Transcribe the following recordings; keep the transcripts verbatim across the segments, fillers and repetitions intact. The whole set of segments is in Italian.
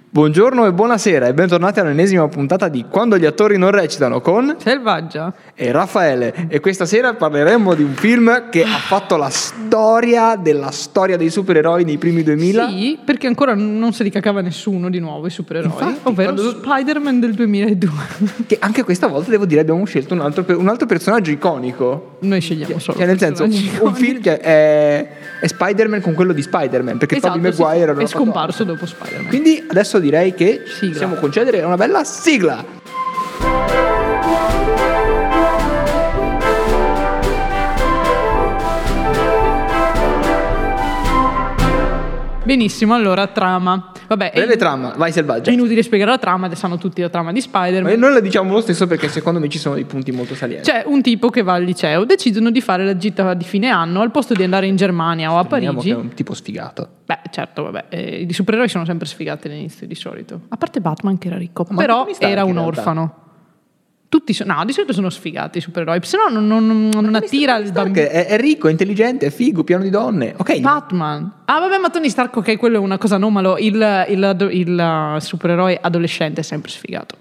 Buongiorno e buonasera e bentornati all'ennesima puntata di Quando gli attori non recitano con Selvaggia e Raffaele. E questa sera parleremo di un film che ha fatto la storia della storia dei supereroi nei primi duemila. Sì, perché ancora non se li cacava nessuno di nuovo i supereroi. Infatti, ovvero quando... Spider-Man del duemiladue. Che anche questa volta devo dire abbiamo scelto un altro, un altro personaggio iconico. Noi scegliamo solo Cioè nel senso un, un film che è, è Spider-Man con quello di Spider-Man, perché esatto, Tobey Maguire sì, è scomparso dopo Spider-Man. Quindi adesso direi che ci Sigla. possiamo concedere una bella sigla. Benissimo, allora trama. Vabbè, Breve è, trama, vai Selvaggia. È inutile spiegare la trama, adesso sanno tutti la trama di Spider-Man. Ma noi la diciamo lo stesso perché secondo me ci sono dei punti molto salienti. C'è un tipo che va al liceo, decidono di fare la gita di fine anno al posto di andare in Germania o a Parigi. Che è un tipo sfigato. Beh, certo, vabbè, eh, i supereroi sono sempre sfigati all'inizio di solito. A parte Batman che era ricco, Ma però Tony Stark, era un in realtà. orfano. Tutti sono, no, di solito sono sfigati i supereroi, se no non, non, non, non attira il bambino. È, è ricco, è intelligente, è figo, pieno di donne. Ok. Batman. Ah, vabbè, ma Tony Stark, ok, quello è una cosa anomalo. Il, il, il, il supereroe adolescente è sempre sfigato.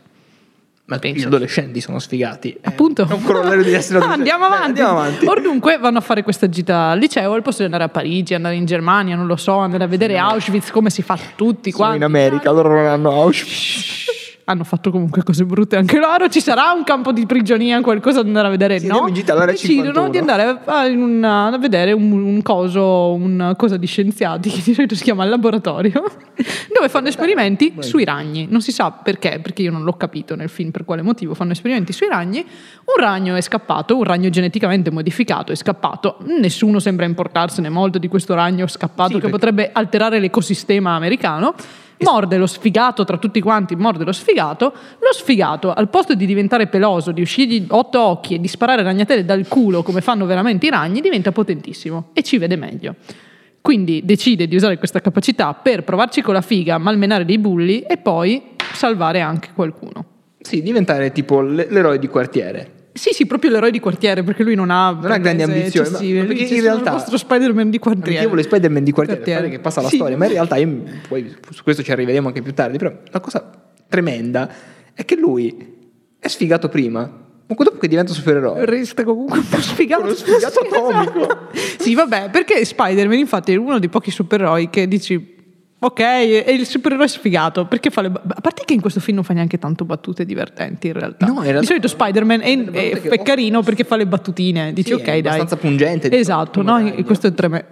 Ma penso. gli adolescenti sono sfigati. Appunto. È un corollario di essere Ah, adolescenti. andiamo avanti. Eh, andiamo avanti. Or dunque vanno a fare questa gita al liceo al posto di andare a Parigi, andare in Germania, non lo so, andare a vedere Auschwitz come si fa tutti Sono quanti. in America, loro non hanno Auschwitz. Hanno fatto comunque cose brutte anche loro. Ci sarà un campo di prigionia, qualcosa da andare a vedere? Sì, no? andiamo in gita all'area Decidono cinquantuno. di andare a, in una, a vedere un, un coso, una cosa di scienziati che di solito si chiama il laboratorio, dove fanno esperimenti sui ragni. Non si sa perché, perché io non l'ho capito nel film per quale motivo fanno esperimenti sui ragni. Un ragno è scappato, un ragno geneticamente modificato è scappato. Nessuno sembra importarsene molto di questo ragno scappato, Sì, che perché... potrebbe alterare l'ecosistema americano. Morde lo sfigato tra tutti quanti, morde lo sfigato. Lo sfigato, al posto di diventare peloso, di uscirgli otto occhi e di sparare ragnatele dal culo come fanno veramente i ragni, diventa potentissimo e ci vede meglio. Quindi decide di usare questa capacità per provarci con la figa, malmenare dei bulli e poi salvare anche qualcuno. Sì, diventare tipo l- l'eroe di quartiere. Sì, sì, proprio l'eroe di quartiere, perché lui non ha, non ha grandi ambizioni, ma eccessive. perché Lui in realtà il vostro Spider-Man di quartiere. io volevo Spider-Man di quartiere, quartiere. fare che passa la Sì. storia, ma in realtà io, poi su questo ci arriveremo anche più tardi, però la cosa tremenda è che lui è sfigato prima, ma dopo che diventa supereroe Resta comunque un po' sfigato. uno sfigato Sì, atomico. esatto. Sì, vabbè, perché Spider-Man infatti è uno dei pochi supereroi che dici ok, è il supereroe sfigato, perché fa le ba- a parte che in questo film non fa neanche tanto battute divertenti in realtà. No, in realtà di solito Spider-Man è, delle è, volte che- è carino perché fa le battutine, dici Sì, ok, è dai. abbastanza pungente, Esatto, tipo, no, come questo è tremendo.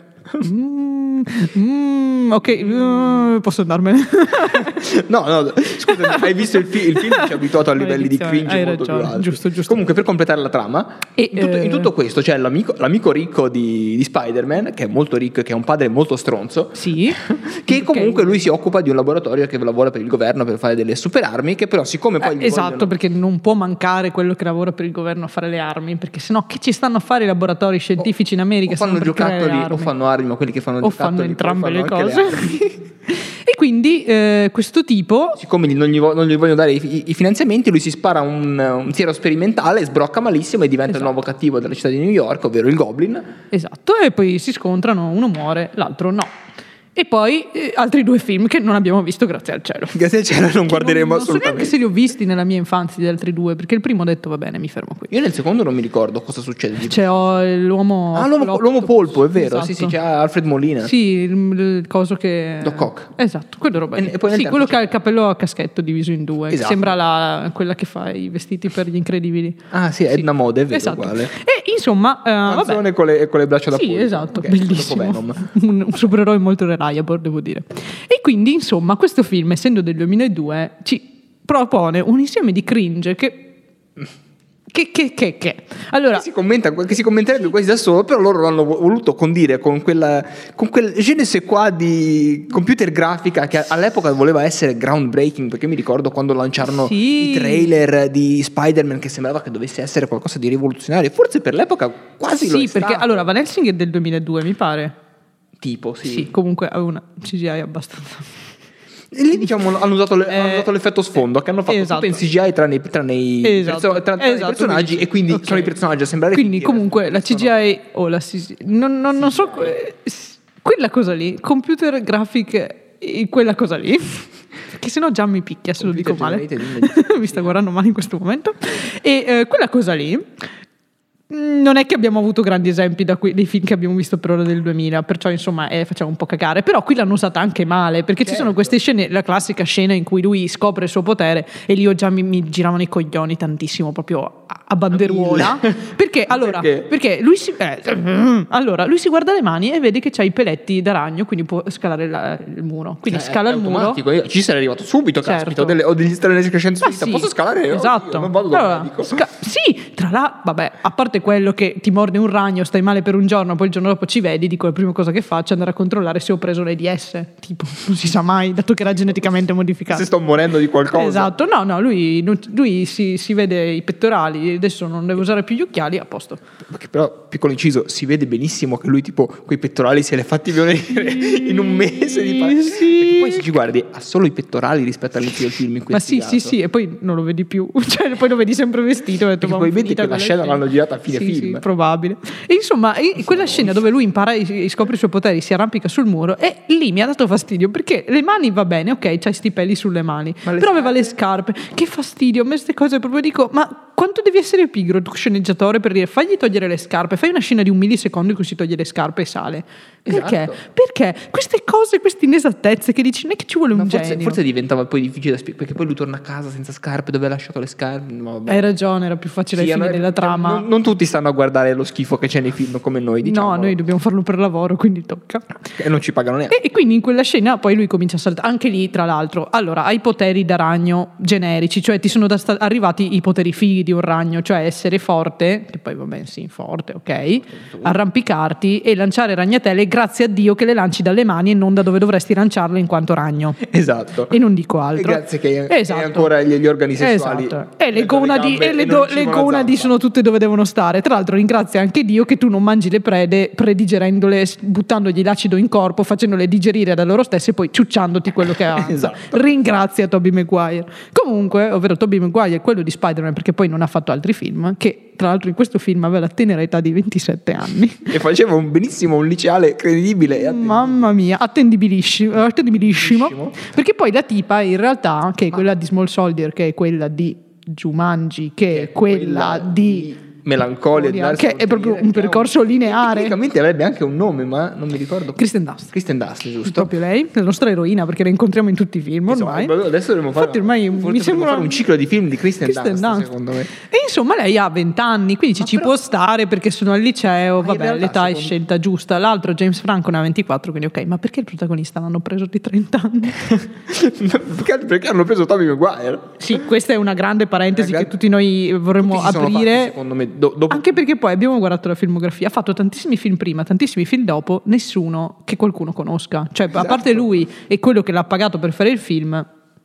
Mm, mm, ok, mm, posso andarmene? No, no, scusa, hai visto il, fi- il film che ci ha abituato a livelli di Maledizione, cringe hai molto ragione, più alti. giusto, giusto. Comunque, per completare la trama, E, in, tutto, eh, in tutto questo c'è l'amico, l'amico ricco di, di Spider-Man, che è molto ricco e che è un padre molto stronzo, Sì. che comunque Ok. lui si occupa di un laboratorio che lavora per il governo per fare delle super armi, che però siccome poi Eh, gli esatto, vogliono- perché non può mancare quello che lavora per il governo a fare le armi, perché sennò che ci stanno a fare i laboratori scientifici in America? o se non fanno per creare giocattoli le armi? o fanno armi, ma quelli che fanno O giocattoli fanno poi entrambe le fanno anche cose. armi. E quindi eh, questo tipo Siccome gli- non gli, vo- non gli vogliono dare i, i- i finanziamenti, lui si spara un, un tiro sperimentale, sbrocca malissimo e diventa Esatto. il nuovo cattivo della città di New York, ovvero il Goblin. esatto, e poi si scontrano, uno muore, l'altro no. E poi eh, altri due film che non abbiamo visto, grazie al cielo. Grazie al cielo non guarderemo non, non so neanche assolutamente. se li ho visti nella mia infanzia gli altri due, perché il primo ho detto va bene, mi fermo qui. Io nel secondo non mi ricordo cosa succede. di- C'è oh, l'uomo ah, l'uomo, l'octopus. l'uomo polpo, è vero. Esatto. Sì, sì, c'è Alfred Molina. Sì, il, il coso che Doc Ock. Esatto, quello roba E- lì. e poi nel sì, terzo quello c'è- che ha il capello a caschetto diviso in due, che Esatto. sembra la, quella che fa i vestiti per gli incredibili. Ah, sì, Edna Mode, è vero, Esatto. uguale. E insomma, eh, vabbè. Canzone con le, con le braccia da Sì, pollo. esatto, Ok, bellissimo. dopo Venom. Un, un supereroe molto reliable, devo dire. E quindi, insomma, questo film, essendo del duemiladue, ci propone un insieme di cringe che che che che, che. Allora, Che si, commenta, che si commenterebbe quasi da solo, però loro l'hanno voluto condire con quella con quel je ne sais quoi di computer grafica che all'epoca voleva essere groundbreaking, perché mi ricordo quando lanciarono Sì. i trailer di Spider-Man che sembrava che dovesse essere qualcosa di rivoluzionario, forse per l'epoca quasi lo sì, è perché stato. allora Van Helsing è del duemiladue, mi pare. Tipo, sì. Sì, comunque ha una C G I abbastanza. E lì diciamo hanno usato, le- Eh, hanno usato l'effetto sfondo che hanno fatto esatto. tutto in C G I tranne, i- tranne i, Esatto. perso- tra- tranne i Esatto, personaggi, quindi- e quindi ok. sono i personaggi a sembrare Quindi finti, comunque la C G I sono- o la C G I non, non, non so que- quella cosa lì, computer graphic, eh, quella cosa lì che sennò già mi picchia se lo dico male. Generated, mi sta guardando male in questo momento. E eh, quella cosa lì non è che abbiamo avuto grandi esempi da qui, dei film che abbiamo visto per ora del duemila, perciò insomma eh, facciamo un po' cagare, però qui l'hanno usata anche male, perché certo. Ci sono queste scene, la classica scena in cui lui scopre il suo potere e lì io già mi, mi giravano i coglioni tantissimo, proprio a, a banderuola, perché allora perché? perché lui si eh, allora lui si guarda le mani e vede che c'ha i peletti da ragno, quindi può scalare la, il muro, quindi cioè, scala il muro. Io ci sarei arrivato subito, certo. Caspita, ho, delle, ho degli strani crescenti su vita, sì, posso scalare? Esatto. Io non vado dal allora, medico. Sca- sì, tra l'altro, vabbè, a parte quello che ti morde un ragno, stai male per un giorno, poi il giorno dopo ci vedi, dico la prima cosa che faccio è andare a controllare se ho preso l'AIDS, tipo, non si sa mai, dato che era geneticamente modificato. Se sto morendo di qualcosa. Esatto, no, no, lui, lui si, si vede i pettorali, adesso non deve usare più gli occhiali, a posto. Perché però, piccolo inciso, si vede benissimo che lui tipo quei pettorali se li ha fatti venire in un mese di pa- sì. Perché poi se ci guardi ha solo i pettorali rispetto all'inizio del film in cui ma sì, sì, sì, e poi non lo vedi più, cioè poi lo vedi sempre vestito. Ho detto, probabilmente che la scena l'hanno girata a fine sì, film. Sì, probabile. E insomma, quella scena dove lui impara e scopre i suoi poteri, si arrampica sul muro, e lì mi ha dato fastidio perché le mani va bene, ok, c'hai sti peli sulle mani, però scarpe? aveva le scarpe, che fastidio, a me queste cose proprio dico, ma quanto devi essere pigro tu sceneggiatore per dire fagli togliere le scarpe, fai una scena di un millisecondo in cui si toglie le scarpe e sale. Perché? Esatto. Perché queste cose, queste inesattezze che dici non è che ci vuole un ma forse, genio. Forse diventava poi difficile da spiegare, perché poi lui torna a casa senza scarpe, dove ha lasciato le scarpe. No, hai ragione, era più facile sì, ai fini no, della trama. Non, non tutti stanno a guardare lo schifo che c'è nei film come noi, diciamo. No, noi dobbiamo farlo per lavoro, quindi tocca. E non ci pagano neanche. E, e quindi in quella scena poi lui comincia a saltare, anche lì tra l'altro, allora hai poteri da ragno generici, cioè ti sono da sta- arrivati i poteri fighi di un ragno, cioè essere forte, che poi va bene, sì, forte, ok, arrampicarti e lanciare ragnatele, grazie a Dio che le lanci dalle mani e non da dove dovresti lanciarle in quanto ragno. Esatto. E non dico altro. E grazie che hai, esatto. hai ancora gli, gli organi sessuali. Esatto. E le gonadi, e le, do, le gonadi sono tutte dove devono stare. Tra l'altro ringrazia anche Dio che tu non mangi le prede predigerendole, buttandogli l'acido in corpo, facendole digerire da loro stesse e poi ciucciandoti quello che ha. Esatto. Ringrazia Tobey Maguire. Comunque, ovvero Tobey Maguire, quello di Spider-Man, perché poi non ha fatto altri film, che tra l'altro in questo film aveva la tenera età di ventisette anni. E faceva un benissimo un liceale credibile. E mamma mia, attendibilissimo, attendibilissimo. Perché poi la tipa in realtà, che è quella di Small Soldier, che è quella di Jumanji, che, che è quella, quella di Melancolia, che è proprio un percorso lineare. Tecnicamente avrebbe anche un nome, ma non mi ricordo. Kristen Dunst. Kristen Dunst, giusto? Proprio lei, la nostra eroina, perché la incontriamo in tutti i film ormai. Insomma, adesso dovremmo fare, Infatti ormai mi sembra fare un ciclo di film di Kristen, Kristen Dunst, Dunst, secondo me. E insomma lei ha venti anni, quindi ci, ci però... può stare perché sono al liceo, vabbè, realtà, l'età secondo... è scelta giusta. L'altro James Franco ne ha ventiquattro, quindi ok, ma perché il protagonista l'hanno preso di trenta anni? perché, perché hanno preso Tobey Maguire? Sì, questa è una grande parentesi una che tutti noi vorremmo tutti aprire. Fatti, secondo me, do, dopo... Anche perché poi abbiamo guardato la filmografia, ha fatto tantissimi film prima, tantissimi film dopo, nessuno che qualcuno conosca. Cioè, esatto. A parte lui e quello che l'ha pagato per fare il film,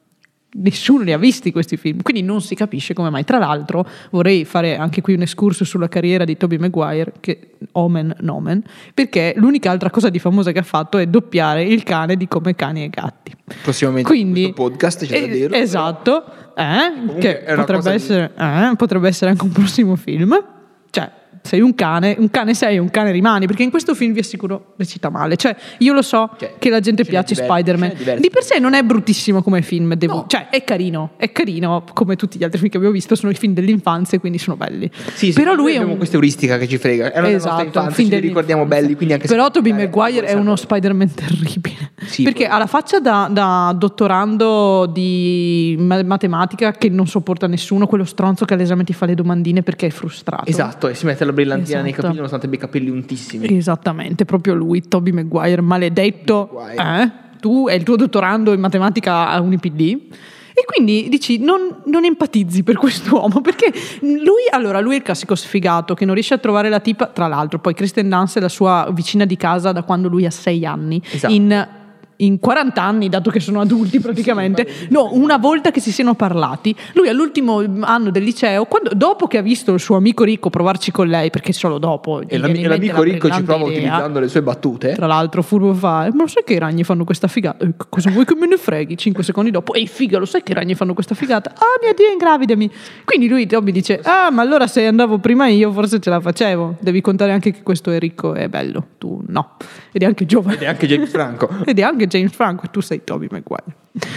nessuno li ha visti questi film, quindi non si capisce come mai. Tra l'altro vorrei fare anche qui un escursus sulla carriera di Tobey Maguire, che omen nomen, perché l'unica altra cosa di famosa che ha fatto è doppiare il cane di Come Cani e Gatti. Prossimamente quindi, questo podcast c'è eh, da dirlo. Esatto, eh, che potrebbe essere, di... eh, potrebbe essere anche un prossimo film. Cioè, sei un cane, un cane sei, un cane rimani, perché in questo film vi assicuro recita male. Cioè, io lo so cioè, che la gente piace diver- Spider-Man, di per sé non è bruttissimo come film, devo... no. Cioè è carino, è carino come tutti gli altri film che abbiamo visto, sono i film dell'infanzia, quindi sono belli. Sì, però sì, lui è abbiamo un... questa euristica che ci frega, è esatto, infanzia, film ci li ricordiamo belli, quindi anche però Tobey Maguire è uno Spider-Man terribile, sì, perché poi... ha la faccia da, da dottorando di matematica che non sopporta nessuno, quello stronzo che all'esame ti fa le domandine perché è frustrato. Esatto, e si mette la brillantina esatto. nei capelli nonostante abbia i capelli untissimi. Esattamente, proprio lui, Tobey Maguire, maledetto. Maguire. Eh? Tu e il tuo dottorando in matematica a un I P D. E quindi dici, non, non empatizzi per quest'uomo, perché lui, allora, lui è il classico sfigato che non riesce a trovare la tipa. Tra l'altro, poi Kristen Dunst è la sua vicina di casa da quando lui ha sei anni. Esatto. In... in quaranta anni, dato che sono adulti praticamente, no, una volta che si siano parlati, lui all'ultimo anno del liceo, quando, dopo che ha visto il suo amico ricco provarci con lei, perché solo dopo e, l'am- e l'amico ricco ci prova idea, utilizzando le sue battute, tra l'altro furbo fa, ma lo sai che i ragni fanno questa figata? Eh, cosa vuoi che me ne freghi? Cinque secondi dopo, ehi figa, lo sai che i ragni fanno questa figata? Ah mio Dio, ingravidami. Quindi lui Toby dice, ah ma allora se andavo prima io forse ce la facevo, devi contare anche che questo è ricco e bello, tu no, ed è anche giovane, ed è anche James Franco ed è anche James Franco e tu sei Tobey Maguire.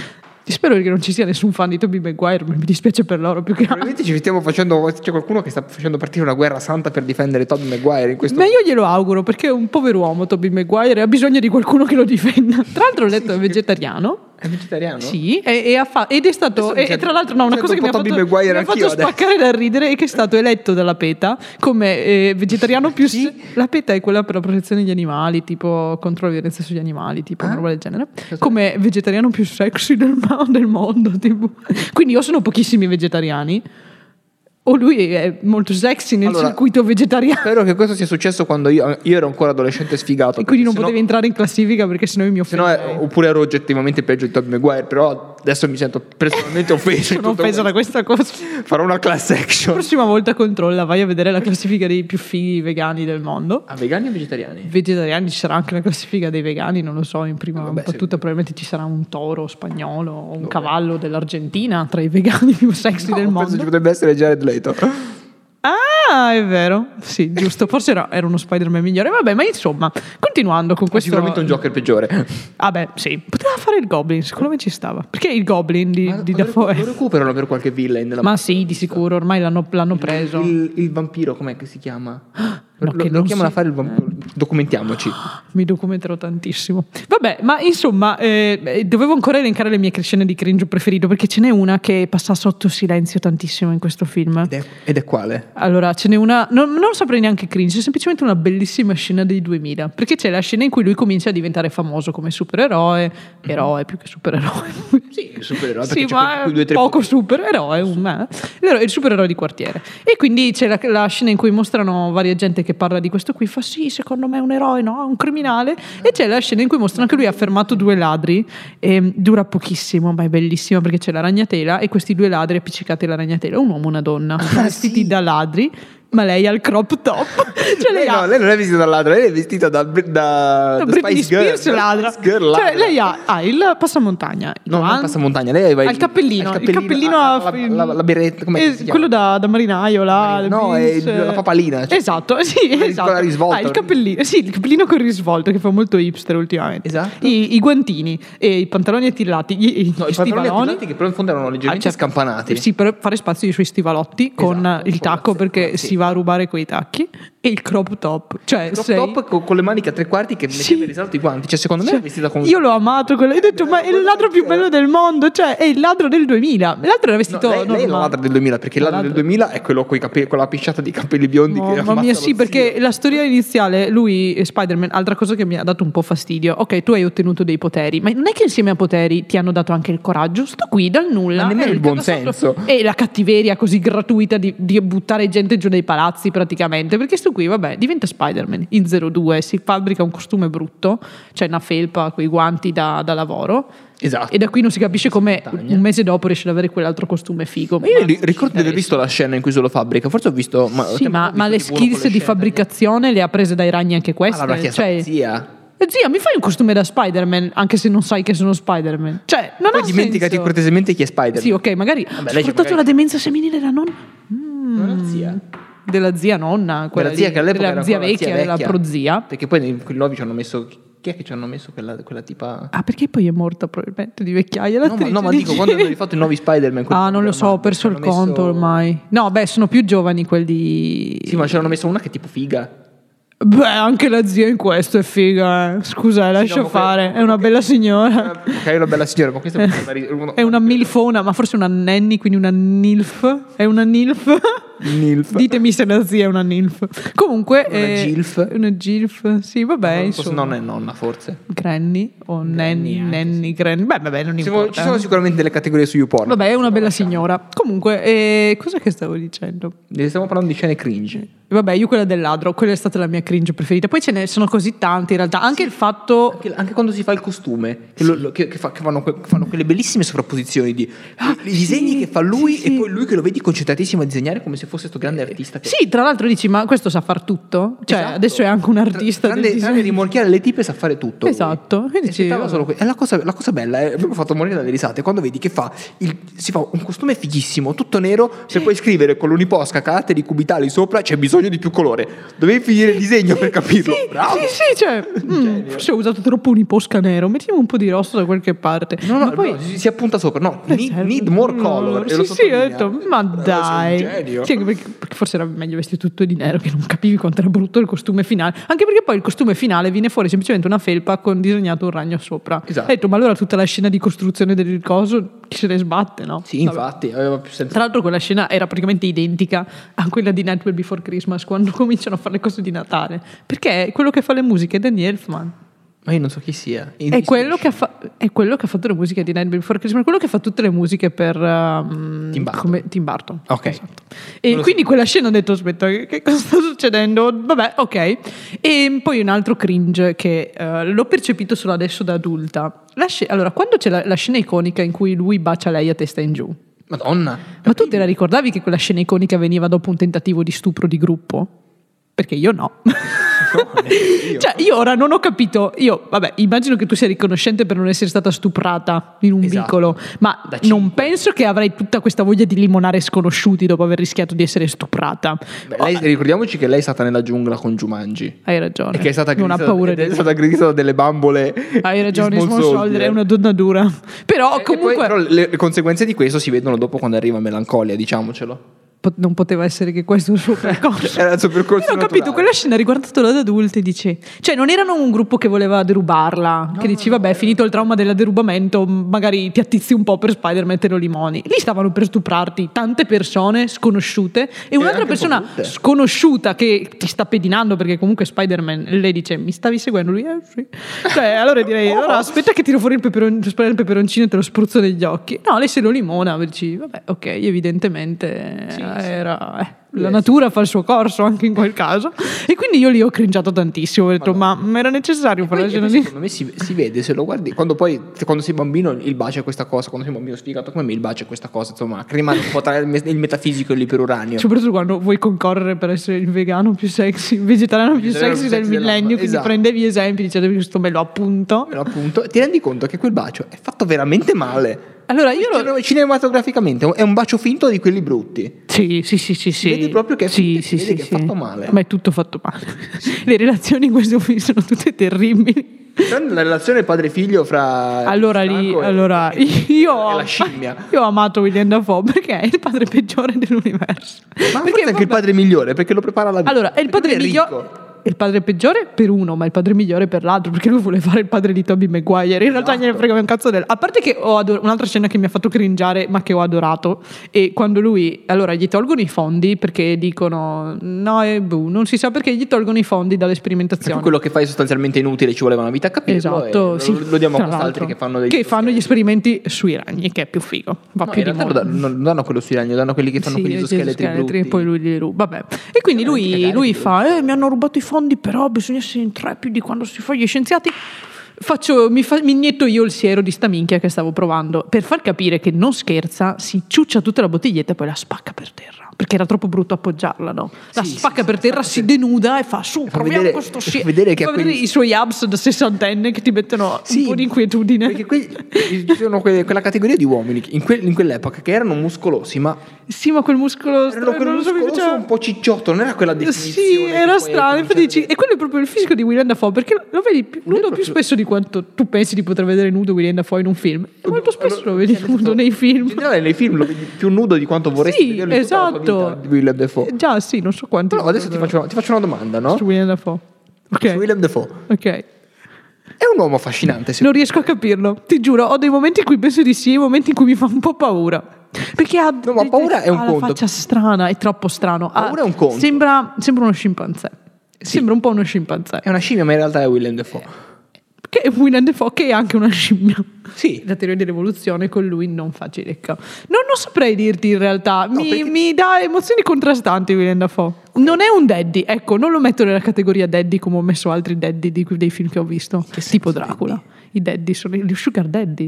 Spero che non ci sia nessun fan di Tobey Maguire, mi dispiace per loro più che altro. Probabilmente ci stiamo facendo, c'è qualcuno che sta facendo partire una guerra santa per difendere Tobey Maguire in questo. Ma io glielo auguro, perché è un pover'uomo Tobey Maguire e ha bisogno di qualcuno che lo difenda. Tra l'altro ho letto è vegetariano. È vegetariano? Sì, e, e ha fa- ed è stato e, e tra l'altro no, una cosa che mi ha fatto, mi ha fatto spaccare da ridere è che è stato eletto dalla PETA come eh, vegetariano più sì? La PETA è quella per la protezione degli animali, tipo contro la violenza sugli animali, tipo ah? una roba del genere, come vegetariano più sexy del, del mondo, tipo. Quindi io sono pochissimi vegetariani. O lui è molto sexy nel allora, circuito vegetariano. Spero che questo sia successo quando io, io ero ancora adolescente sfigato. E quindi non sennò, potevi entrare in classifica perché sennò io mi offenderei. Oppure ero oggettivamente peggio di Tobey Maguire. Però adesso mi sento personalmente offeso. Sono offesa da questa cosa. Farò una class action. La prossima volta controlla, vai a vedere la classifica dei più fighi vegani del mondo. Ah, vegani o vegetariani? Vegetariani, ci sarà anche la classifica dei vegani, non lo so, in prima Vabbè, battuta sì. probabilmente ci sarà un toro spagnolo o un Vabbè. cavallo dell'Argentina tra i vegani più sexy No, del mondo. penso ci potrebbe essere Jared Leto. Ah, è vero. Sì, giusto. Forse era, era uno Spider-Man migliore. Vabbè, ma insomma, continuando con questo. Sicuramente un Joker peggiore. Vabbè, sì. Poteva fare il Goblin, secondo me ci stava. Perché il Goblin di, Ma di lo, Dafoe. lo recuperano per qualche villain della Ma sì, di sicuro, ormai l'hanno, l'hanno preso. Il, il vampiro, com'è che si chiama? No, lo che lo non chiamano si- a fare il vampiro. Documentiamoci. Mi documenterò tantissimo. Vabbè, ma insomma, eh, dovevo ancora elencare le mie scene di cringe preferito, perché ce n'è una che passa sotto silenzio tantissimo in questo film. Ed è, ed è quale? Allora, ce n'è una, non, non lo saprei neanche cringe, è semplicemente una bellissima scena dei duemila, perché c'è la scena in cui lui comincia a diventare famoso come supereroe, eroe più che supereroe. Sì, il supereroe. Sì, perché c'è ma quei- quei due, tre poco punti. supereroe, un eh. L'eroe- il supereroe di quartiere. E quindi c'è la, la scena in cui mostrano varia gente che parla di questo qui, fa sì, secondo me è un eroe, no? È un criminale. E c'è la scena in cui mostrano che lui ha fermato due ladri, e dura pochissimo, ma è bellissima perché c'è la ragnatela e questi due ladri appiccicati alla ragnatela, un uomo e una donna, vestiti sì. da ladri. Ma lei ha il crop top. Cioè lei, Lei, ha no, lei non è vestita da ladra, lei è vestita da, da, da Britney Spice Girl, Spears da ladra. Spice Girl Cioè ladra. lei ha, ha il passamontagna, il No, non guan- passamontagna, lei aveva ha il cappellino, il cappellino ah, a- la, la, la berretta, come eh, si chiama? quello da, da marinaio là, le No, jeans, è la papalina, cioè- esatto, sì, con la esatto. risvolta. Ah, il cappellino, sì, il cappellino con risvolto che fa molto hipster ultimamente. Esatto. I, i guantini e i pantaloni attillati, gli, i No, i pantaloni stivaloni attillati che però in fondo erano leggermente Ah, cioè, scampanati. Sì, per fare spazio ai suoi stivalotti con Esatto, il con la- tacco perché con- sì. si va a rubare quei tacchi e il crop top, cioè Crop sei top con, con le maniche a tre quarti che Sì. metteva in risalto i guanti. Cioè, secondo me Cioè, è vestita con. io l'ho amato quello. Ho detto, ma è il ladro più bello del mondo. Cioè, è il ladro del duemila. L'altro era No, vestito. lei, lei è la normale. ladra del duemila, perché il La ladro del ladra- duemila è quello coi capelli, con la pisciata di capelli biondi che Mamma ammazza mia, lo sì, perché zio. la storia iniziale, lui, eh, Spider-Man, altra cosa che mi ha dato un po' fastidio. Ok, tu hai ottenuto dei poteri, ma non è che insieme a poteri ti hanno dato anche il coraggio. Sto qui dal nulla. Ma nemmeno eh, il buon cagato senso. sotto- E la cattiveria così gratuita di, di buttare gente giù dai palazzi praticamente. Perché sto qui, vabbè, diventa Spider-Man in zero due, si fabbrica un costume brutto, cioè una felpa con i guanti da, da lavoro. Esatto. E da qui non si capisce come Montagna. un mese dopo riesce ad avere quell'altro costume figo. Ma io Ma- ri- ricordo di aver visto la scena in cui se lo fabbrica. Forse ho visto. Ma, Sì, ma, ho visto ma le tipo uno con skills di scene. fabbricazione le ha prese dai ragni anche Ah, queste. l'avrà chiesto cioè, alla zia. eh, zia, mi fai un costume da Spider-Man anche se non sai che sono Spider-Man? Cioè, non Poi ha dimenticati senso. cortesemente chi è Spider-Man. Sì, ok, magari Vabbè, ha lei c'è sfruttato magari- la demenza femminile della nonna. Non è la zia. Della zia nonna, quella Della zia di- che all'epoca della era zia ancora la vecchia, zia della vecchia. prozia. Perché poi nei quelli nuovi ci hanno messo. Chi è che ci hanno messo quella, quella tipa. Ah, perché poi è morta probabilmente di vecchiaia No, ma, l'attrice? no, ma dico dici? quando hanno rifatto i nuovi Spider-Man. quelli Ah, non lo so, ho Spider-Man, perso ci il hanno messo- conto ormai. No, beh, sono più giovani quelli. Sì, ma ci hanno messo una che è tipo figa. Beh, anche la zia in questo è figa, eh. Scusa, lascia ma fare, que- è una bella signora. Ok, è una bella signora, ma questa è una, È una milfona, ma forse una nanny, quindi una nilf. È una nilf? Nilf. Ditemi se la zia è una nilf. Comunque Una eh, gilf. Una gilf, sì, vabbè, Non so se insomma. non è nonna, forse. Granny o nanny, anche, nanny, granny. Beh, vabbè, non Siamo- importa. ci sono sicuramente delle categorie su YouPorn. Vabbè, è una bella signora. Comunque, eh, cosa che stavo dicendo? Stiamo parlando di scene cringe. Vabbè, io quella del ladro, quella è stata la mia cringe preferita. Poi ce ne sono così tante in realtà. Anche il fatto. Anche, anche quando si fa il costume, che, lo- lo- che- che fa- che fanno, que- fanno quelle bellissime sovrapposizioni di i disegni sì, che fa lui sì, sì. e poi lui che lo vedi concentratissimo a disegnare come se fosse questo grande artista. Che... Sì, tra l'altro dici, ma questo sa far tutto? Cioè, Esatto. adesso è anche un artista Tranne, del tranne disegno. rimorchiare le tipe sa fare tutto. lui. Esatto. E E dici, aspettava vabbè. solo que- e la cosa, la cosa bella è proprio fatto morire dalle risate quando vedi che fa il- si fa un costume fighissimo tutto nero per poi scrivere con l'uniposca caratteri cubitali sopra c'è bisogno bisogno di più colore. Dovevi finire il disegno per capirlo. Sì, Bravo. sì, sì, cioè, mm, forse ho usato troppo un'iposca nero, mettiamo un po' di rosso da qualche parte. No, no, Ma poi no, si, si appunta sopra. No, Eh, need, serve- need more color. no, e lo sì, sì, ho sottolinea. detto, ma Bravo, dai. sei un genio. Sì, anche perché, perché forse era meglio vestire tutto di nero, che non capivi quanto era brutto il costume finale. Anche perché poi il costume finale viene fuori semplicemente una felpa con disegnato un ragno sopra. Esatto. Ho detto, ma allora tutta la scena di costruzione del coso chi se ne sbatte, no? Sì, Vabbè. infatti, aveva più senso. Tra l'altro quella scena era praticamente identica a quella di Nightmare Before Christmas, quando cominciano a fare le cose di Natale, perché è quello che fa le musiche è Danny Elfman. Ma io non so chi sia. È quello, che ha fa- è quello che ha fatto le musiche di Nightmare Before Christmas, quello che fa tutte le musiche per um, Tim Burton. come- Tim Burton. Ok. Esatto. E Non lo quindi quella scena ho detto aspetta che, che cosa sta succedendo? Vabbè, ok. E poi un altro cringe che eh, l'ho percepito solo adesso da adulta. La sc- allora, quando c'è la, la scena iconica in cui lui bacia lei a testa in giù, Madonna. ma tu te la ricordavi che quella scena iconica veniva dopo un tentativo di stupro di gruppo? Perché io no. io. Cioè, io ora non ho capito. Io, vabbè, immagino che tu sia riconoscente per non essere stata stuprata in un Esatto. vicolo, ma Da non cinque. penso che avrei tutta questa voglia di limonare sconosciuti dopo aver rischiato di essere stuprata. Beh, lei- ricordiamoci che lei è stata nella giungla con Jumanji. Hai ragione. E che è stata non ha aggredita, paura ed è di. stata aggredita da delle bambole. Hai ragione, di Small Small Soldier è Soldier. una donna dura. Però Eh, e poi, comunque però le, le conseguenze di questo si vedono dopo quando arriva Melancolia, diciamocelo. po- non poteva essere che questo è il suo percorso. Era il suo percorso Io ho capito, naturale. quella scena riguardatela da adulti dice, cioè non erano un gruppo che voleva derubarla, che dici vabbè finito il trauma del derubamento magari ti attizzi un po' per Spider-Man e te lo limoni. Lì stavano per stuprarti tante persone sconosciute e un'altra anche un po' persona brutte. sconosciuta che ti sta pedinando perché comunque Spider-Man, lei dice mi stavi seguendo? Lui eh sì. Cioè allora direi allora aspetta che tiro fuori il, peperon- il peperoncino e te lo spruzzo negli occhi. No, lei se lo limona, dici vabbè ok, evidentemente Sì, sì. era... eh. La natura fa il suo corso anche in quel caso e quindi io lì ho cringiato tantissimo, ho detto ma, ma era necessario fare la Poi, scena poi lì? secondo me si, si vede se lo guardi quando poi quando sei bambino il bacio è questa cosa, quando sei un bambino sfigato come me il bacio è questa cosa, insomma rimane un po' tra il, me- il metafisico e l'iperuranio. Soprattutto quando vuoi concorrere per essere il vegano più sexy, il vegetariano più Vegetariano sexy più del sexy millennio, dell'anno, quindi esatto. prendevi esempi dicendo questo me lo appunto. Però, appunto ti rendi conto che quel bacio è fatto veramente male. Allora io lo... Cine- Cinematograficamente è un bacio finto di quelli brutti. Sì, sì, sì, sì, sì. vedi proprio che è sì, finto, sì, si vede sì, che è sì. fatto male. Ma è tutto fatto male. Le relazioni in questo film sono tutte terribili. Tranne la relazione padre-figlio fra Allora lì, Franco e- allora e- io, e la scimmia. io ho amato William Dafoe perché è il padre peggiore dell'universo. Ma forse Perché, anche il vabbè, padre migliore perché lo prepara alla vita. allora è il Perché padre lui è migliore. ricco. È il padre peggiore per uno, ma il padre migliore per l'altro, perché lui vuole fare il padre di Tobey Maguire. In realtà Esatto. gliene frega un cazzo del. A parte che ho ador- un'altra scena che mi ha fatto cringiare, ma che ho adorato. E quando lui. Allora, gli tolgono i fondi perché dicono. No, e boh, non si sa perché gli tolgono i fondi dalle Perché sperimentazioni. quello che fai è sostanzialmente inutile, ci voleva una vita a capirlo. Esatto, e sì, lo, lo diamo a tra quest'altri l'altro. che fanno dei Che fanno gli esperimenti sui ragni, che è più figo. Va No, più in di realtà lo moda. danno, non danno quello sui ragni, danno quelli che fanno Sì, quelli gli esoscheletri brutti. e poi lui li ruba. Vabbè. E quindi Veramente lui, cagare, lui quello. fa: eh, mi hanno rubato i fondi, però bisogna essere intrepidi quando si fa gli scienziati. Faccio, mi, fa, mi inietto io il siero di sta minchia che stavo provando per far capire che non scherza, si ciuccia tutta la bottiglietta e poi la spacca per terra. Perché era troppo brutto appoggiarla, no? La Sì, spacca sì, per sì, terra, spacca si per- denuda e fa su, fa proviamo vedere- questo fa siero. vedere che fa a quelli- vedere i suoi abs da sessantenne che ti mettono Sì, un po' di inquietudine. Perché quelli, ci sono que- quella categoria di uomini che in, que- in quell'epoca che erano muscolosi, ma Sì, ma quel muscolo erano quel non lo so, mi muscoloso piaceva. un po' cicciotto, non era quella definizione. Sì, che era poi strano. Infatti comincia a dici, e quello è proprio il fisico di William Dafoe, perché lo vedi più- nudo più spesso di quanto tu pensi di poter vedere nudo William Dafoe in un film. E molto spesso lo vedi nudo nei In film. generale nei film lo vedi più nudo di quanto vorresti Sì, vederlo in tutta la tua esatto. vita di Willem Dafoe. Eh, Già, sì, non so quanti. Però adesso ti faccio, una, ti faccio una domanda, no? Su William Dafoe. Su Ok, Willem Dafoe. ok. È un uomo affascinante, Non riesco a capirlo. Ti giuro, ho dei momenti in cui penso di sì e momenti in cui mi fa un po' paura. Perché ha, No, ma paura è un ha conto. la faccia strana, è troppo strano. Ha- Paura è un conto. Sembra, sembra uno scimpanzé. Sembra un po' uno scimpanzé. È una scimmia, ma in realtà è Willem Dafoe. Che è Willem Dafoe, che è anche una scimmia. Sì. La teoria dell'evoluzione con lui non fa cilecca. Non, non saprei dirti in realtà. Mi, perché- mi dà emozioni contrastanti Willem Dafoe. Non è un daddy, ecco, non lo metto nella categoria daddy come ho messo altri daddy di, dei film che ho visto. Tipo Dracula. I daddy sono gli sugar daddy.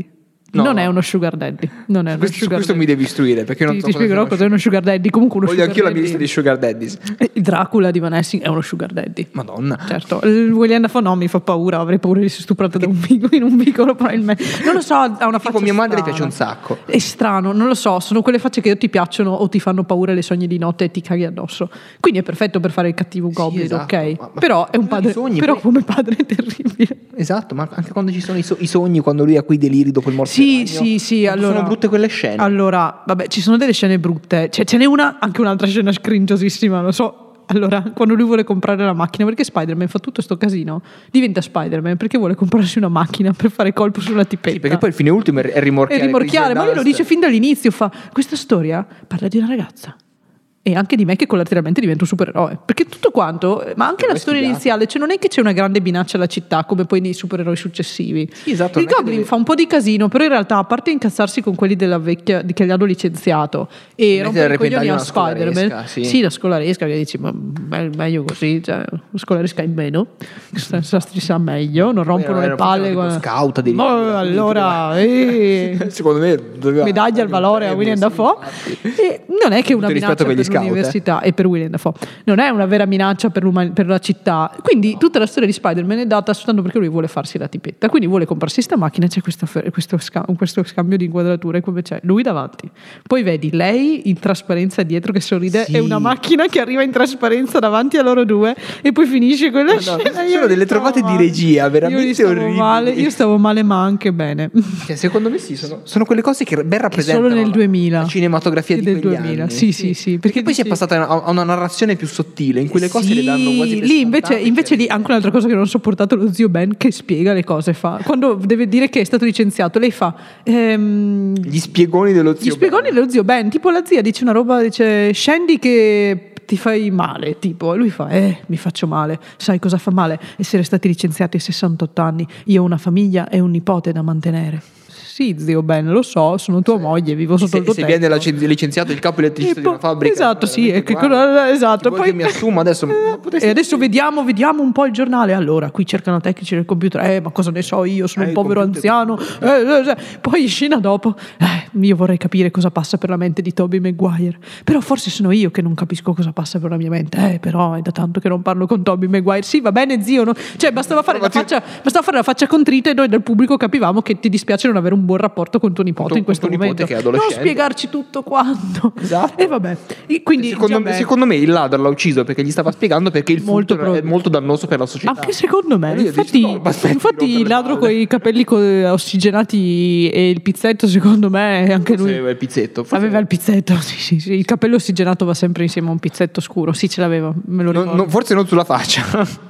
No, non no. è uno sugar daddy. Non è uno Questo, su sugar questo daddy. mi devi istruire perché io non Ti, so ti cosa spiegherò sia cos'è uno sugar daddy. Comunque uno Voglio sugar anch'io la daddy. mia lista di sugar daddies. Il Dracula di Van Helsing è uno sugar daddy. Madonna. Certo, il William Dafoe no, mi fa paura, avrei paura di essere stuprato da un vicolo, in un vicolo probabilmente. Non lo so, ha una faccia Tipo mia madre strana. piace un sacco. È strano, non lo so, sono quelle facce che o ti piacciono o ti fanno paura le sogni di notte e ti caghi addosso. Quindi è perfetto per fare il cattivo goblin, esatto. ok? Ma- ma- però è un ma padre, i sogni, però poi- come padre è terribile. Esatto, ma anche quando ci sono i, so- i sogni, quando lui ha quei deliri dopo il morto Sì, del ragno, sì, sì, quando allora sono brutte quelle scene. Allora, vabbè, ci sono delle scene brutte. Cioè, ce n'è una, anche un'altra scena scringiosissima, lo so. Allora, quando lui vuole comprare la macchina, perché Spider-Man fa tutto sto casino, diventa Spider-Man perché vuole comprarsi una macchina per fare colpo sulla tipetta. Sì, perché poi il fine ultimo è rimorchiare. E rimorchiare, ma lui lo Kristen dice fin dall'inizio, fa questa storia parla di una ragazza e anche di me che collateralmente divento un supereroe, perché tutto quanto, ma anche Però la è storia studiato. iniziale, cioè non è che c'è una grande minaccia alla città come poi nei supereroi successivi. Sì, esatto, Il non è che Goblin deve- fa un po' di casino, però in realtà a parte incazzarsi con quelli della vecchia di che gli hanno licenziato e Mette rompere a i coglioni repentaglio a una Spider-Man, scolaresca, sì. la scolaresca che dici ma me- meglio così, cioè la scolaresca in meno, sta- sta- si sa meglio, non rompono era- le palle. era tipo guarda. scout addirittura, Ma quindi allora, eh. Secondo me doveva medaglia al valore a William sì, Dafoe. infatti. E non è che una Tutto rispetto minaccia per per gli scout, l'università e per William Dafoe, non è una vera minaccia per, l'uma- per la città. Quindi tutta la storia di Spider-Man è data soltanto perché lui vuole farsi la tipetta, quindi vuole comprarsi sta macchina e c'è questo, questo, sca- questo scambio di inquadrature come c'è lui davanti, poi vedi lei in trasparenza dietro che sorride Sì. e una macchina che arriva in trasparenza davanti a loro due e poi finisce quella No, no, scena. Io sono mi delle stavo trovate di male. regia veramente io mi stavo orribili. male, io stavo male ma anche bene. Cioè, secondo me sì, sono, sono quelle cose che ben Che rappresentano solo nel la- duemila. la cinematografia Sì, di del quegli duemila. anni. Sì, sì, sì, Perché, perché poi si è dici- passata a a una narrazione più sottile, in cui le cose Sì, le danno quasi per lì invece, scontate, invece cioè- lì anche un'altra cosa che non ho sopportato lo zio Ben che spiega le cose fa quando deve dire che è stato licenziato lei fa ehm, Gli spiegoni dello zio gli spiegoni Ben. dello zio Ben, tipo la zia dice una roba, dice scendi che ti fai male, tipo, e lui fa eh mi faccio male, sai cosa fa male? Essere stati licenziati a sessantotto anni, io ho una famiglia e un nipote da mantenere. Sì, zio Ben, lo so, sono tua moglie, vivo sotto Se, il tuo se tetto. viene lic- licenziato il capo elettricista E di una poi- fabbrica, esatto, sì, veramente, è che guarda, quello- esatto, ti vuoi poi- che mi assumo adesso, ma potresti- E adesso vediamo, vediamo un po' il giornale. Allora, qui cercano tecnici del computer. Eh, ma cosa ne so io? Sono Eh, un il povero computer- anziano. Eh, eh, eh. Poi, scena dopo, eh, io vorrei capire cosa passa per la mente di Tobey Maguire. Però forse sono io che non capisco cosa passa per la mia mente. Eh, però è da tanto che non parlo con Tobey Maguire. Sì, va bene, zio. No? Cioè, bastava fare, la faccia, bastava fare la faccia contrita e noi del pubblico capivamo che ti dispiace non avere un buon rapporto con tuo nipote Con in questo tuo nipote momento. che è Non adolescente. spiegarci tutto quanto. Esatto. E vabbè. E quindi, secondo, vabbè. secondo me il ladro l'ha ucciso perché gli stava spiegando perché il Molto furto è prob- molto dannoso per la società. Anche secondo me, E lui ha infatti, detto, no, ma aspetti di infatti rompere il le ladro palle. con i capelli co- ossigenati e il pizzetto, secondo me, anche Forse lui aveva il pizzetto. forse- aveva il pizzetto. Sì, sì, sì. Il capello ossigenato va sempre insieme a un pizzetto scuro. Sì, ce l'aveva, me lo Non- ricordo. non- forse non sulla faccia.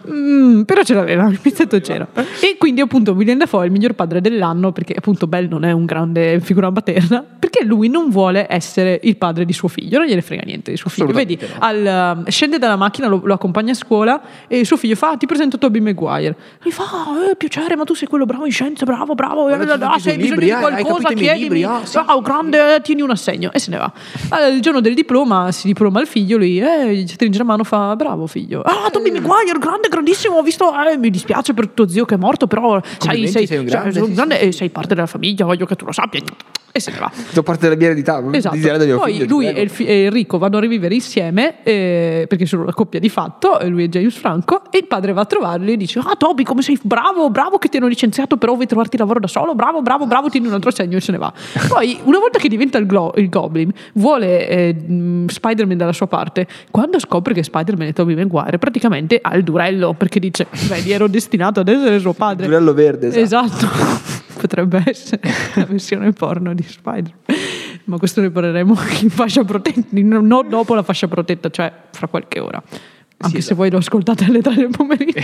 Mm, però ce l'aveva, il pizzetto c'era. E quindi appunto William Dafoe è il miglior padre dell'anno perché appunto Bell non è un grande figura materna, perché lui non vuole essere il padre di suo figlio, non gliene frega niente di suo figlio. Vedi, Assolutamente no. al, um, scende dalla macchina, lo, lo accompagna a scuola e suo figlio fa: "Ah, ti presento Tobey Maguire". Lui fa: "Ah, eh, piacere, ma tu sei quello bravo in scienze, bravo, bravo, eh, Guarda tutti ah, i se hai tuoi bisogno libri, di ah, hai qualcosa capito i miei chiedimi, libri, ah, sì. ah, grande, eh, tieni un assegno", e se ne va. Allora, il giorno del diploma si diploma il figlio, lui eh, gli stringe la mano, fa: "Bravo figlio". "Ah, Tobey Maguire, grande, grandissimo, ho visto, eh, mi dispiace per tuo zio che è morto, però sai, Complimenti, sei, sei un cioè, grande, sei un sì, grande e sei parte della famiglia, voglio che tu lo sappia". E se ne va. Do parte della mia eredità. Esatto. Desiderio del mio Poi figlio, ti lui prego. e, il fi- e Enrico vanno a rivivere insieme eh, perché sono una coppia di fatto, e lui è James Franco, e il padre va a trovarli e dice: "Ah, Toby, come sei bravo, bravo che ti hanno licenziato, però vuoi trovarti lavoro da solo, bravo, bravo, bravo, tieni un altro segno", e se ne va. Poi una volta che diventa il, glo- il Goblin, vuole eh, mh, Spider-Man dalla sua parte. Quando scopre che Spider-Man è Tobey Maguire, praticamente ha il durello, perché dice: "Vedi, ero destinato ad essere suo padre". Durello verde, esatto. Esatto. Potrebbe essere la versione porno di Spider-Man. Ma questo ne parleremo in fascia protetta, non dopo la fascia protetta, cioè fra qualche ora. Anche Sì, se voi lo ascoltate alle tre del pomeriggio.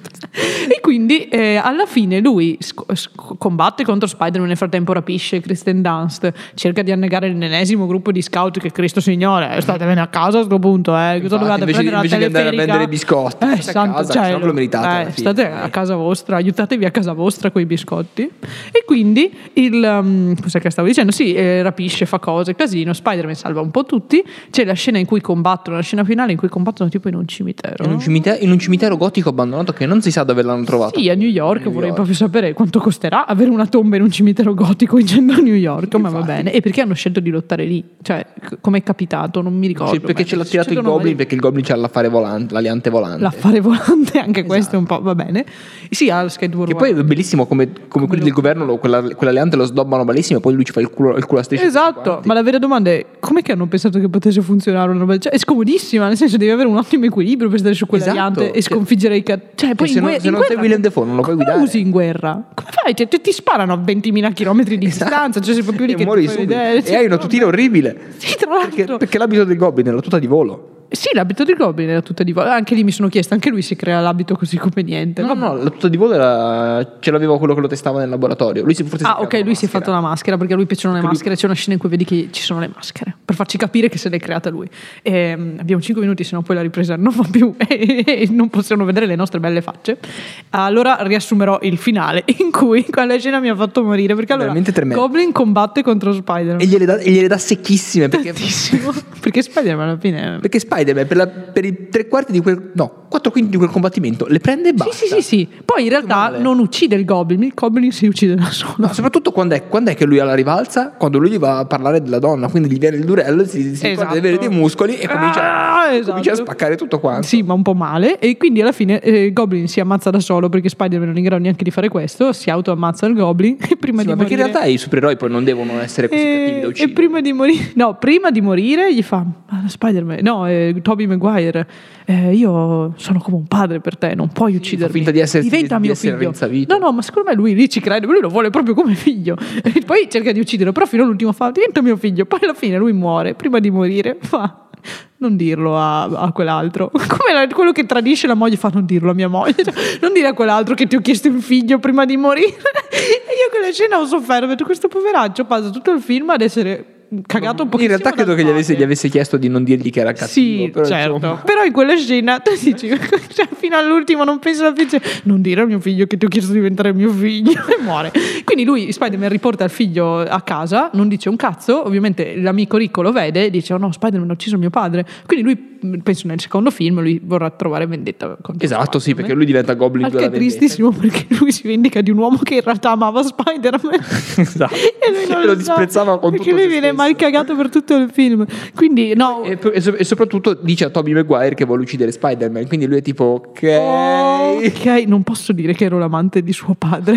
E quindi eh, alla fine lui sc- sc- combatte contro Spider-Man, nel frattempo rapisce Kristen Dunst, cerca di annegare l'ennesimo gruppo di scout che Cristo Signore, statevene a casa a sto punto, eh, cosa dovevate invece di- prendere la invece di andare a teleferica? vendere biscotti, Eh, state a santo casa, cielo. se no ve lo meritate alla Eh, fine. state a casa vostra, aiutatevi a casa vostra con i biscotti. E quindi il um, cos'è che stavo dicendo? Sì, eh, rapisce, fa cose, casino, Spider-Man salva un po' tutti. C'è la scena in cui combattono, la scena finale in cui combattono tipo in un cimitero. In un cimitero, in un cimitero gotico abbandonato che non si sa dove l'hanno trovato. Sì, a New York. New Vorrei York. proprio sapere quanto costerà avere una tomba in un cimitero gotico in centro a New York, ma va bene. E perché hanno scelto di lottare lì? Cioè, c- com'è capitato? Non mi ricordo. Sì, perché ma ce l'ha tirato il succedono Goblin, vari- perché il Goblin c'ha l'affare volante, l'aliante volante. L'affare volante, anche questo Esatto. è un po', va bene. Sì, al skateboard. Che poi è bellissimo come, come quelli lo- del governo, lo- quella, quell'aliante lo sdobbano malissimo e poi lui ci fa il culo, il culo a striscia. Esatto, ma la vera domanda è com'è che hanno pensato che potesse funzionare una roba? Cioè, è scomodissima, nel senso devi avere un ottimo equilibrio per stare su quell'aliante Esatto. e sconfiggere i cat... Cioè, poi se in, non- guer- se in non sei guerra Willem Dafoe non lo puoi come guidare. usi in guerra? Come fai? Cioè, ti, ti sparano a ventimila chilometri di Esatto. distanza, cioè sei proprio lì E che muori ti fai subito. vedere. E hai una tutina orribile. Sì, tra Perché, l'altro. perché l'abito del Goblin è la tuta di volo. Sì, l'abito del Goblin era tutta di volo. Anche lì mi sono chiesta, anche lui si crea l'abito così come niente. No, Vabbè. no, la tuta di volo era, ce l'aveva quello che lo testava nel laboratorio. Lui si, forse Ah, si ok, creava lui si è maschera. fatto la maschera perché a lui piacciono le Lui- maschere. C'è una scena in cui vedi che ci sono le maschere per farci capire che se l'è creata lui. Ehm, abbiamo cinque minuti, se no poi la ripresa non fa più e non possiamo vedere le nostre belle facce. Allora riassumerò il finale in cui quella scena mi ha fatto morire perché allora Veramente tremendo. Goblin combatte contro Spider-Man. E gliele dà, e gliele dà secchissime perché, Tantissimo. Perché Spider-Man alla fine. perché Spider-Man per, la- per i tre quarti di quel, no, quattro quinti di quel combattimento le prende e basta. Sì, sì, sì, sì. Poi in realtà male. non uccide il Goblin, il Goblin si uccide da solo. No, soprattutto quando è, quando è che lui ha la rivalsa? Quando lui gli va a parlare della donna, quindi gli viene il durello, si, si ricorda di avere dei muscoli e comincia, Ah, esatto. comincia a spaccare tutto quanto. Sì, ma un po' male. E quindi alla fine eh, Goblin si ammazza da solo perché Spider-Man non è in grado neanche di fare questo. Si autoammazza il Goblin. E prima Sì, di ma perché in morire. realtà i supereroi poi non devono essere così cattivi da E, e uccidere. prima di morire, no, prima di morire gli fa: "Ma Spider-Man, no, eh, Tobey Maguire, eh, io sono come un padre per te, non puoi uccidermi. finta di essere- Diventa di mio essere figlio. rinsavito. No, no, ma secondo me lui lì ci crede, lui lo vuole proprio come figlio. E poi cerca di ucciderlo, però fino all'ultimo fa: diventa mio figlio. Poi alla fine lui muore. Prima di morire fa: non dirlo a, a quell'altro. Come la- quello che tradisce la moglie fa: non dirlo a mia moglie. Cioè, non dire a quell'altro che ti ho chiesto un figlio prima di morire. E io quella scena ho sofferto, ho detto, questo poveraccio passa tutto il film ad essere cagato un po'. In realtà credo che gli avesse, gli avesse chiesto di non dirgli che era cattivo. Sì, però, certo. insomma. Però in quella scena tu dici, cioè, fino all'ultimo non pensa alla fine, non dire a mio figlio che ti ho chiesto di diventare mio figlio e muore. Quindi lui, Spider-Man, riporta il figlio a casa, non dice un cazzo, ovviamente l'amico ricco lo vede e dice: oh no, Spider-Man ha ucciso mio padre. Quindi lui, penso nel secondo film, lui vorrà trovare vendetta contro Esatto, sì, Spider-Man. perché lui diventa Goblin Al della che è vendetta. tristissimo perché lui si vendica di un uomo che in realtà amava Spider-Man. Esatto. E lui non E lo sa, disprezzava con perché tutto lui se viene stesso. mal cagato per tutto il film. Quindi no. E, e so- e soprattutto dice a Tobey Maguire che vuole uccidere Spider-Man, quindi lui è tipo ok. Ok, non posso dire che ero l'amante di suo padre.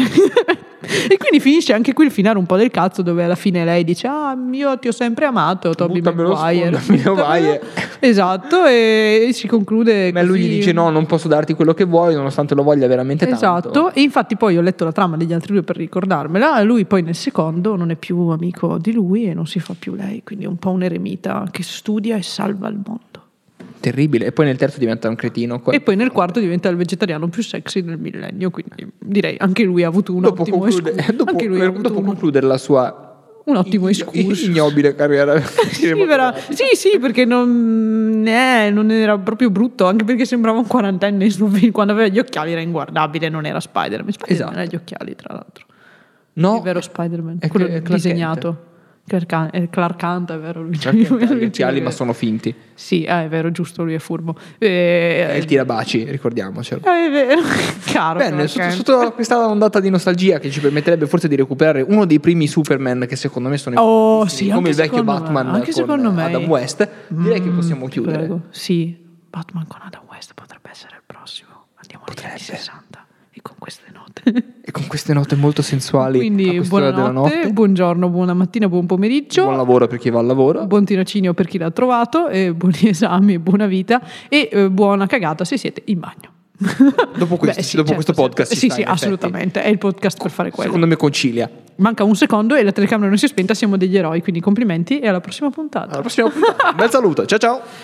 E quindi finisce anche qui il finale un po' del cazzo, dove alla fine lei dice: ah, io ti ho sempre amato, Tobey Buttamelo Maguire. su, dammi Maguire. Esatto, e si conclude Ma lui così. gli dice no, non posso darti quello che vuoi, nonostante lo voglia veramente tanto. Esatto, e infatti poi ho letto la trama degli altri due per ricordarmela, e lui poi nel secondo non è più amico di lui e non si fa più lei, quindi è un po' un eremita che studia e salva il mondo. Terribile. E poi nel terzo diventa un cretino. E poi nel quarto diventa il vegetariano più sexy del millennio, quindi direi anche lui ha avuto un dopo, ottimo conclude- escurso. dopo- Anche lui ha avuto dopo un, concludere la sua un ottimo igno- escurso. ignobile carriera. Sì, vera- sì, sì, perché non, eh, non era proprio brutto, anche perché sembrava un quarantenne in suo film. Quando aveva gli occhiali era inguardabile, non era Spider-Man. Spider-Man Esatto. aveva gli occhiali, tra l'altro. No, Il vero Spider-Man, è quello che- è Clark disegnato. Clark Kent, è Clark Kent, è vero. Lui, Clark Kent ha lui- gli occhiali, ma sono finti. Sì, eh, è vero, giusto, lui è furbo. Eh, È il tirabaci, ricordiamocelo. eh, è vero, caro. Bene, Clark sotto, Kent. sotto questa ondata di nostalgia che ci permetterebbe forse di recuperare uno dei primi Superman che secondo me sono Oh, importantissimi, sì, come il anche vecchio secondo me, Batman anche con secondo me. Adam West, direi che Mm, possiamo ti chiudere. prego. Sì, Batman con Adam West potrebbe essere il prossimo. Andiamo negli anni Potrebbe. sessanta e con queste note. E con queste note molto sensuali a Quindi quest'ora della buonanotte, notte. buongiorno, buona mattina, buon pomeriggio. Buon lavoro per chi va al lavoro. Buon tirocinio per chi l'ha trovato, e buoni esami, buona vita e eh, buona cagata se siete in bagno. Dopo questo- Beh, sì, dopo certo, questo podcast sì, ci sì, sta, sì, in effetti. assolutamente, è il podcast per fare quello. Secondo me concilia. Manca un secondo e la telecamera non si è spenta, siamo degli eroi, quindi complimenti e alla prossima puntata. Alla prossima puntata. Un bel saluto. Ciao ciao.